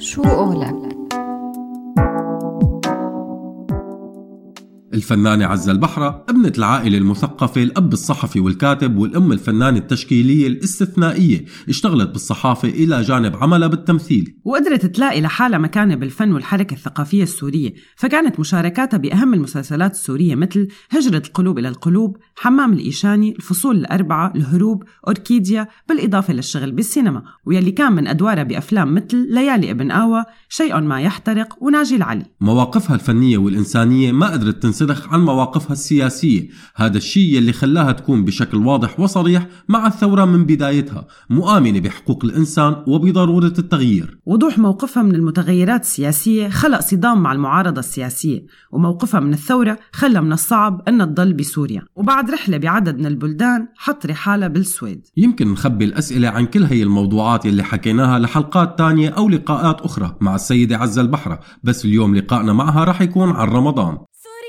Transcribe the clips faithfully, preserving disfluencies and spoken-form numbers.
شو قولك؟ الفنانة عزة البحرة ابنة العائلة المثقفة، الأب الصحفي والكاتب، والأم الفنانة التشكيلية الاستثنائية، اشتغلت بالصحافة إلى جانب عملها بالتمثيل، وقدرت تلاقي لحالها مكانة بالفن والحركة الثقافية السورية. فكانت مشاركاتها بأهم المسلسلات السورية مثل هجرة القلوب إلى القلوب، حمام الإيشاني، الفصول الأربعة، الهروب، أوركيديا، بالإضافة للشغل بالسينما، ويلي كان من أدوارها بأفلام مثل ليالي ابن آوى، شيء ما يحترق، وناجي العلي. مواقفها الفنية والإنسانية ما قدرت تنسدخ عن مواقفها السياسية، هذا الشيء اللي خلاها تكون بشكل واضح وصريح مع الثورة من بدايتها، مؤمنة بحقوق الإنسان وبضرورة التغيير. وضوح موقفها من المتغيرات السياسية خلق صدام مع المعارضة السياسية، وموقفها من الثورة خلى من الصعب أن تضل بسوريا. وبعد رحلة بعدد من البلدان حط رحالة بالسويد. يمكن نخبي الأسئلة عن كل هي الموضوعات اللي حكيناها لحلقات تانية أو لقاءات أخرى مع السيدة عزة البحرة، بس اليوم لقائنا معها رح يكون عن رمضان.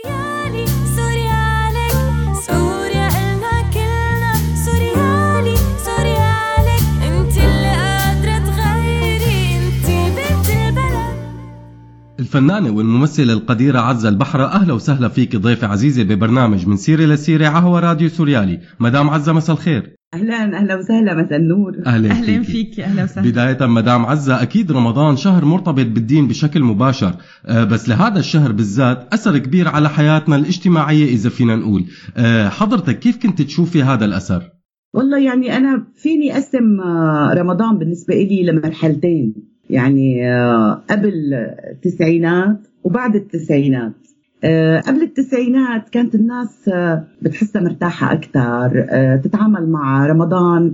الفنانة والممثلة القديرة عزة البحرة، أهلا وسهلا فيك ضيفة عزيزة ببرنامج من سيرة لسيرة عهوى راديو سوريالي. مدام عزة مساء الخير. أهلا أهلا وسهلا، مساء النور. أهلا, أهلا فيك. أهلا وسهلا. بداية مدام عزة، أكيد رمضان شهر مرتبط بالدين بشكل مباشر، بس لهذا الشهر بالذات أثر كبير على حياتنا الاجتماعية إذا فينا نقول. حضرتك كيف كنت تشوفي هذا الأثر؟ والله يعني أنا فيني أقسم رمضان بالنسبة لي لمرحلتين، يعني قبل التسعينات وبعد التسعينات. قبل التسعينات كانت الناس بتحسها مرتاحة أكثر، تتعامل مع رمضان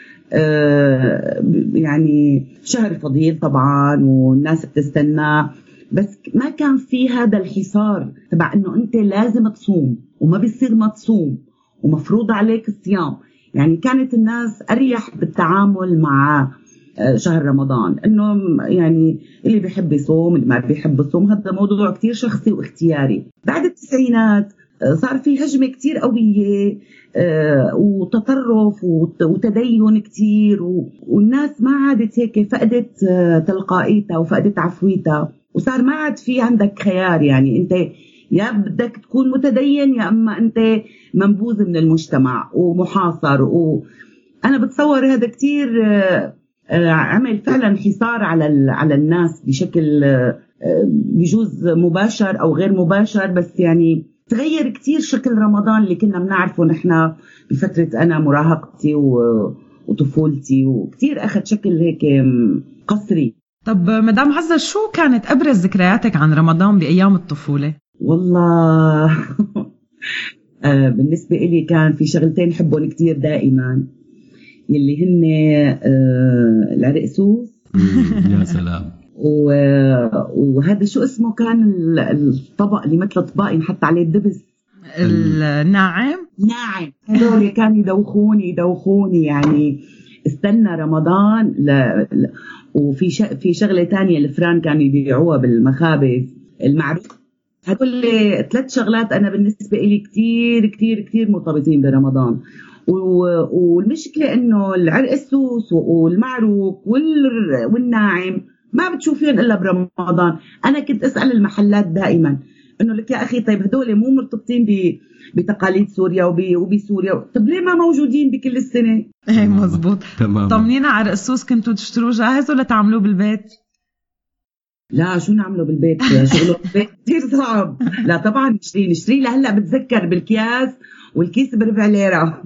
يعني شهر فضيل طبعا والناس بتستناه، بس ما كان في هذا الحصار تبع إنه أنت لازم تصوم وما بيصير ما تصوم ومفروض عليك الصيام. يعني كانت الناس أريح بالتعامل مع شهر رمضان، انه يعني اللي بيحب يصوم اللي ما بيحب يصوم، هذا موضوع كتير شخصي واختياري. بعد التسعينات صار في هجمة كتير قوية وتطرف وتدين كتير، والناس ما عادت هيك، فقدت تلقائيتها وفقدت عفويتها، وصار ما عاد في عندك خيار. يعني انت يا بدك تكون متدين يا اما انت منبوذ من المجتمع ومحاصر. وانا بتصور هذا كتير عمل فعلا حصار على على الناس بشكل بجوز مباشر او غير مباشر، بس يعني تغير كتير شكل رمضان اللي كنا بنعرفه نحن بفترة انا مراهقتي وطفولتي، وكتير اخذ شكل هيك قصري. طب مدام عزة، شو كانت ابرز ذكرياتك عن رمضان بايام الطفولة؟ والله بالنسبة لي كان في شغلتين حبهم كتير دائما، يلي هن آه العرقسوس. يا سلام. وهذا شو اسمه كان الطبق اللي مثل طبق ينحط عليه الدبس، الناعم. ناعم. هذول كانوا يدوخوني يدوخوني يعني استنى رمضان. ل... ل... وفي ش... في شغله تانية الفران كانوا يبيعوها بالمخابز المعروف. هدول ثلاث شغلات انا بالنسبه لي كتير كتير كتير مرتبطين برمضان. والمشكلة إنه العرق السوس والمعروق والناعم ما بتشوفين إلا برمضان. أنا كنت أسأل المحلات دائما إنه لك يا أخي، طيب هدول مو مرتبطين بتقاليد سوريا وبسوريا، طب ليه ما موجودين بكل السنة؟ إيه مزبوط. طمنينا، عرق السوس كنتوا تشتروه جاهز ولا تعملوه بالبيت؟ لا، شو نعمله بالبيت؟ شغله بالبيت كتير صعب. لا طبعا نشتري نشتري لهلا بتذكر بالكياس والكيس بربع ليرة.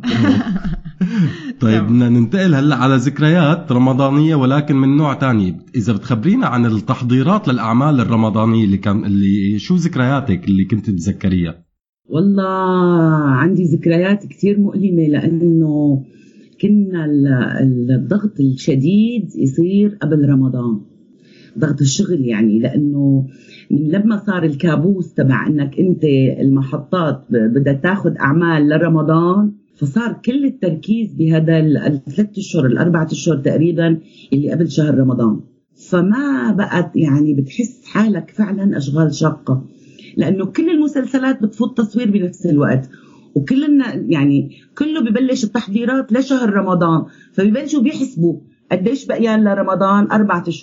طيب بدنا ننتقل هلا على ذكريات رمضانية ولكن من نوع تاني. إذا بتخبرينا عن التحضيرات للأعمال الرمضانية اللي كان اللي شو ذكرياتك اللي كنت تتذكريها؟ والله عندي ذكريات كتير مؤلمة، لأنه كنا الضغط الشديد يصير قبل رمضان، ضغط الشغل يعني، لأنه من لما صار الكابوس تبع أنك أنت المحطات بدها تاخد أعمال لرمضان، فصار كل التركيز بهذا الثلاث أشهر الأربعة أشهر تقريبا اللي قبل شهر رمضان. فما بقت يعني بتحس حالك فعلا أشغال شاقة، لأنه كل المسلسلات بتفوت تصوير بنفس الوقت، وكلنا يعني كله ببلش التحضيرات لشهر رمضان، فبيبلشوا بيحسبوا قديش بقيان لرمضان، أربعة أشهر،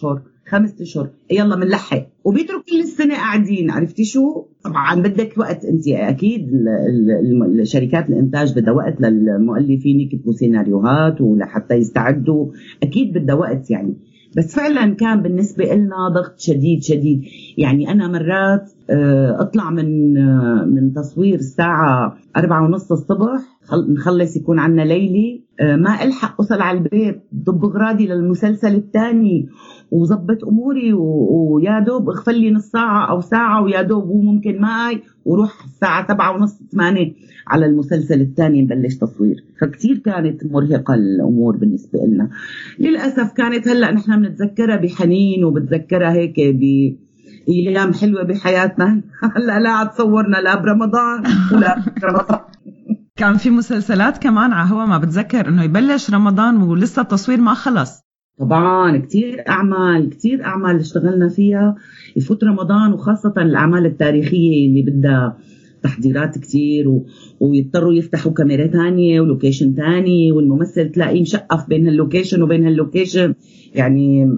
خمسة اشهر يلا منلحق، وبيترك كل السنه قاعدين. عرفتي شو؟ طبعا بدك وقت، انت اكيد الشركات الانتاج بدها وقت للمؤلفين يكتبوا سيناريوهات ولحتى يستعدوا، اكيد بدها وقت يعني. بس فعلا كان بالنسبه لنا ضغط شديد شديد. يعني انا مرات اطلع من من تصوير الساعه أربعة ونص الصبح، نخلص يكون عنا ليلي، ما الحق اوصل على البيت، ضب اغراضي للمسلسل الثاني وظبط اموري، ويا دوب اغفل لي نص ساعه او ساعه، ويا دوب هو ممكن معي وروح الساعه سبعة ونص ثمانية على المسلسل الثاني نبلش تصوير. فكتير كانت مرهقه الامور بالنسبه لنا للاسف. كانت هلا نحن بنتذكرها بحنين وبتذكرها هيك بايام حلوه بحياتنا. هلا لا تصورنا لا برمضان ولا برمضان. كان في مسلسلات كمان على هوا ما بتذكر انه يبلش رمضان ولسه التصوير ما خلص. طبعا كتير اعمال كتير اعمال اشتغلنا فيها يفوت رمضان، وخاصه الاعمال التاريخيه اللي بدها تحضيرات كتير و... ويضطروا يفتحوا كاميرا تانية ولوكيشن تاني، والممثل تلاقيه مشقف بين هاللوكيشن وبين هاللوكيشن. يعني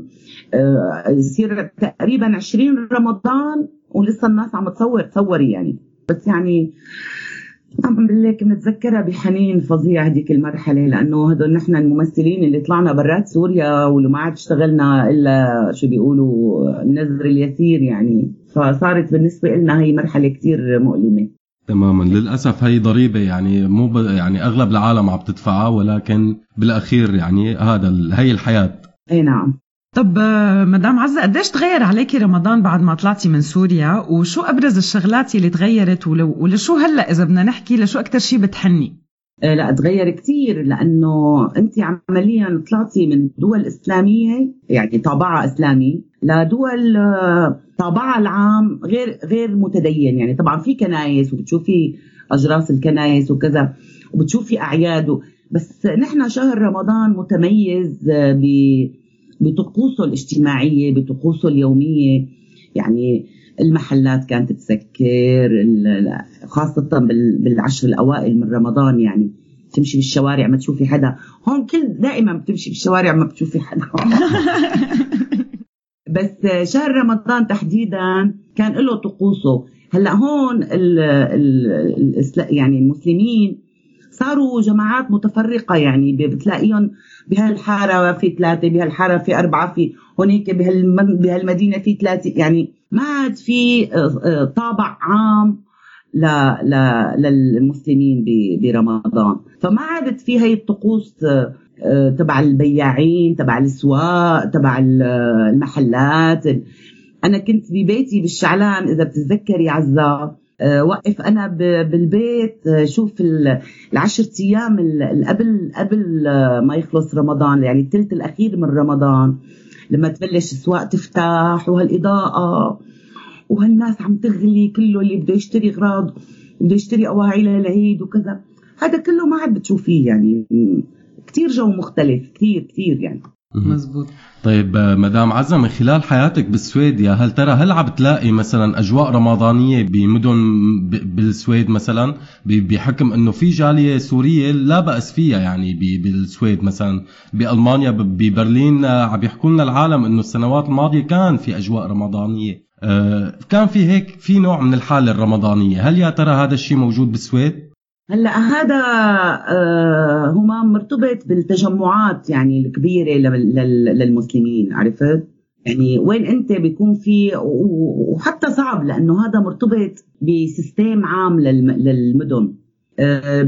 يصير آه تقريبا عشرين رمضان ولسه الناس عم تصور تصوري يعني. بس يعني عم بقولك بنتذكرها بحنين فظيع هديك المرحله، لانه هدول نحن الممثلين اللي طلعنا برات سوريا واللي ما عاد اشتغلنا الا شو بيقولوا النذر اليسير يعني. فصارت بالنسبه لنا هي مرحله كتير مؤلمه. تماما. للاسف هي ضريبه يعني مو ب... يعني اغلب العالم عم تدفعها، ولكن بالاخير يعني هذا ال... هي الحياه. اي نعم. طب مدام عزة، قديش تغير عليكي رمضان بعد ما طلعتي من سوريا؟ وشو أبرز الشغلات اللي تغيرت؟ ولشو هلأ إذا بدنا نحكي لشو أكتر شي بتحني؟ لا تغير كتير، لأنه أنت عمليا طلعتي من دول إسلامية يعني طابعها إسلامي لدول طابعها العام غير غير متدين. يعني طبعا في كنايس وبتشوفي أجراس الكنايس وكذا وبتشوفي أعياد، بس نحن شهر رمضان متميز ب بطقوسه الاجتماعية بطقوسه اليومية. يعني المحلات كانت تسكر خاصة بالعشر الأوائل من رمضان، يعني تمشي بالشوارع ما تشوفي حدا. هون كل دائما بتمشي بالشوارع ما بتشوفي حدا. بس شهر رمضان تحديدا كان له طقوسه. هلأ هون ال ال يعني المسلمين صاروا جماعات متفرقة، يعني بتلاقيهم بهالحارة في ثلاثة، بهالحارة في أربعة، في هونيك بهالمدينة في ثلاثة. يعني ما عاد في طابع عام للمسلمين برمضان، فما عادت في هاي الطقوس تبع البياعين تبع الأسواق تبع المحلات. أنا كنت ببيتي بالشعلان إذا بتتذكري عزة، وقف أنا بالبيت شوف العشر أيام قبل قبل ما يخلص رمضان، يعني الثلث الأخير من رمضان لما تبلش السواق تفتح وهالإضاءة وهالناس عم تغلي، كله اللي بده يشتري أغراض بده يشتري أواعي للعيد وكذا، هذا كله ما عاد بتشوفيه. يعني كتير جو مختلف كتير كتير يعني. مزبوط. طيب مدام عزة، من خلال حياتك بالسويد يا هل ترى هل عم تلاقي مثلا أجواء رمضانية بمدن بالسويد مثلا، بحكم أنه في جالية سورية لا بأس فيها يعني بالسويد مثلا، بألمانيا ببرلين عم يحكوا لنا العالم أنه السنوات الماضية كان في أجواء رمضانية، كان في هيك في نوع من الحالة الرمضانية، هل يا ترى هذا الشيء موجود بالسويد؟ هلا هذا آه هما مرتبط بالتجمعات يعني الكبيره للمسلمين، عرفت؟ يعني وين انت بيكون في، وحتى صعب لانه هذا مرتبط بسيستم عام للمدن، آه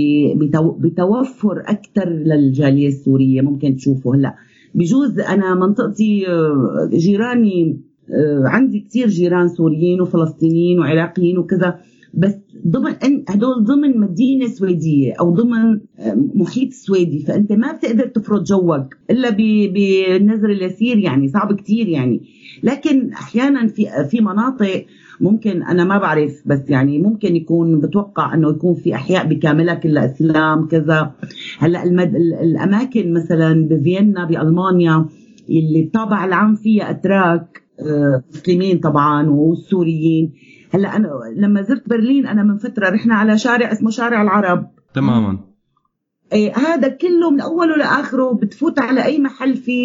بتوفر اكثر للجاليه السوريه. ممكن تشوفوا هلا بجوز انا منطقتي جيراني، آه عندي كثير جيران سوريين وفلسطينيين وعراقيين وكذا، بس ضمن هدول ضمن مدينة سويدية أو ضمن محيط سويدي، فأنت ما بتقدر تفرض جوك إلا بالنذر اليسير، يعني صعب كتير يعني. لكن أحيانا في في مناطق ممكن أنا ما بعرف، بس يعني ممكن يكون بتوقع أنه يكون في أحياء بكاملها كلها إسلام كذا. هلا المد... الأماكن مثلا بفيينا بألمانيا اللي الطابع العام فيها أتراك مسلمين طبعا والسوريين. هلا انا لما زرت برلين انا من فتره رحنا على شارع اسمه شارع العرب تماما. ايه هذا كله من اوله لاخره بتفوت على اي محل فيه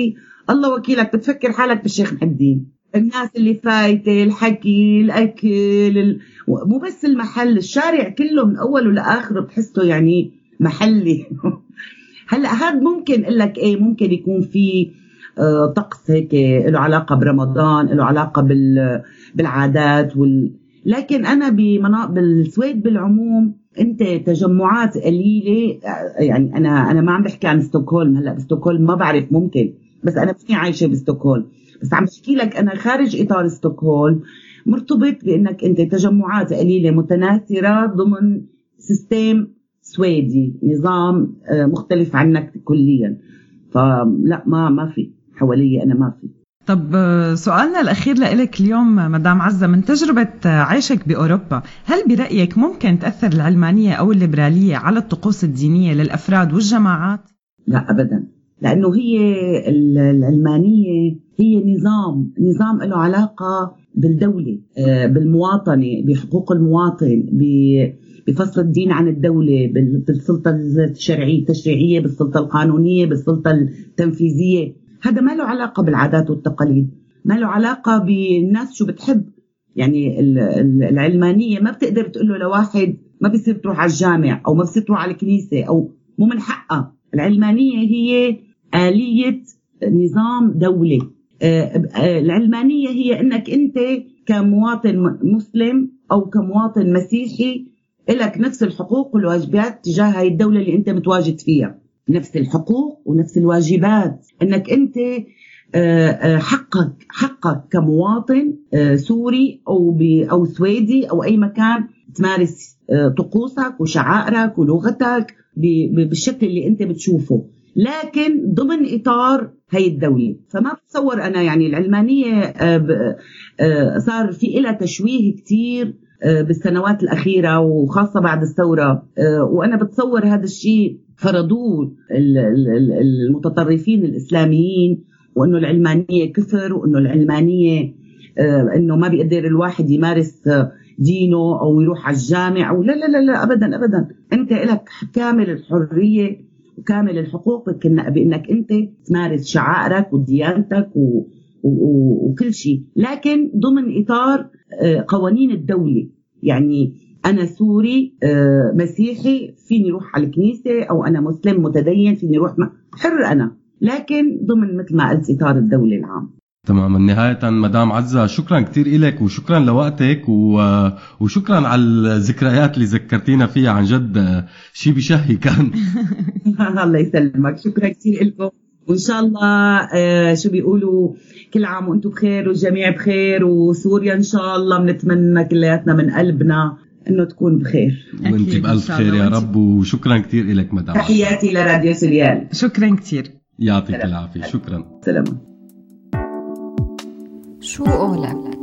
الله وكيلك بتفكر حالك بالشيخ محي الدين. الناس اللي فايته، الحكي، الاكل، ال... مو بس المحل، الشارع كله من اوله لاخره بتحسه يعني محلي. هلا هذا ممكن اقول لك ايه، ممكن يكون في آه طقس هيك له علاقه برمضان، له علاقه بال بالعادات وال... لكن انا بمناطق بالسويد بالعموم انت تجمعات قليله. يعني انا انا ما عم بحكي عن ستوكهولم، هلا بستوكهولم ما بعرف ممكن، بس انا بني عايشه بستوكهولم، بس عم بحكي لك انا خارج اطار ستوكهولم مرتبط بانك انت تجمعات قليله متناثره ضمن سيستم سويدي، نظام مختلف عنك كليا. فلا ما ما في حوالي، انا ما في. طب سؤالنا الأخير لإلك اليوم مدام عزة، من تجربة عيشك بأوروبا، هل برأيك ممكن تأثر العلمانية أو الليبرالية على الطقوس الدينية للأفراد والجماعات؟ لا أبدا، لأنه هي العلمانية هي نظام نظام له علاقة بالدولة، بالمواطنة، بحقوق المواطن، بفصل الدين عن الدولة، بالسلطة الشرعية التشريعية، بالسلطة القانونية، بالسلطة التنفيذية. هذا ما له علاقة بالعادات والتقاليد، ما له علاقة بالناس شو بتحب. يعني العلمانية ما بتقدر تقول له لواحد ما بيصير تروح على الجامع أو ما بيصير تروح على الكنيسة، أو مو من حقها. العلمانية هي آلية نظام دولة. العلمانية هي أنك أنت كمواطن مسلم أو كمواطن مسيحي لك نفس الحقوق والواجبات تجاه هاي الدولة اللي أنت متواجد فيها، نفس الحقوق ونفس الواجبات. أنك أنت حقك حقك كمواطن سوري أو أو سويدي أو أي مكان تمارس طقوسك وشعائرك ولغتك بالشكل اللي أنت بتشوفه، لكن ضمن إطار هاي الدولة. فما بتصور أنا يعني العلمانية صار في إلها تشويه كتير بالسنوات الأخيرة وخاصة بعد الثورة، وأنا بتصور هذا الشيء فرضوه المتطرفين الإسلاميين، وأنه العلمانية كفر، وأنه العلمانية أنه ما بيقدر الواحد يمارس دينه أو يروح على الجامع أو لا لا لا, لا أبدا أبدا. أنت لك كامل الحرية وكامل الحقوق بأنك أنت تمارس شعائرك وديانتك و... و... وكل شيء، لكن ضمن إطار قوانين الدولة. يعني أنا سوري مسيحي فيني روح على الكنيسة، أو أنا مسلم متدين فيني روح حر أنا، لكن ضمن مثل ما قلت إطار الدولة العام. تماما. نهاية مدام عزة، شكرا كتير إلك وشكرا لوقتك و... وشكرا على الذكريات اللي ذكرتينا فيها، عن جد شيء بشهي كان. الله يسلمك، شكرا كتير لكم، وإن شاء الله آه شو بيقولوا كل عام وأنتم بخير والجميع بخير، وسوريا إن شاء الله بنتمنى كلياتنا من قلبنا إنه تكون بخير. وأنت بألف خير يا رب، وشكرا كتير إلك مدام. تحياتي لراديو سوريال. شكرا كتير، يعطيك العافية. شكرا. سلام. شو قولك؟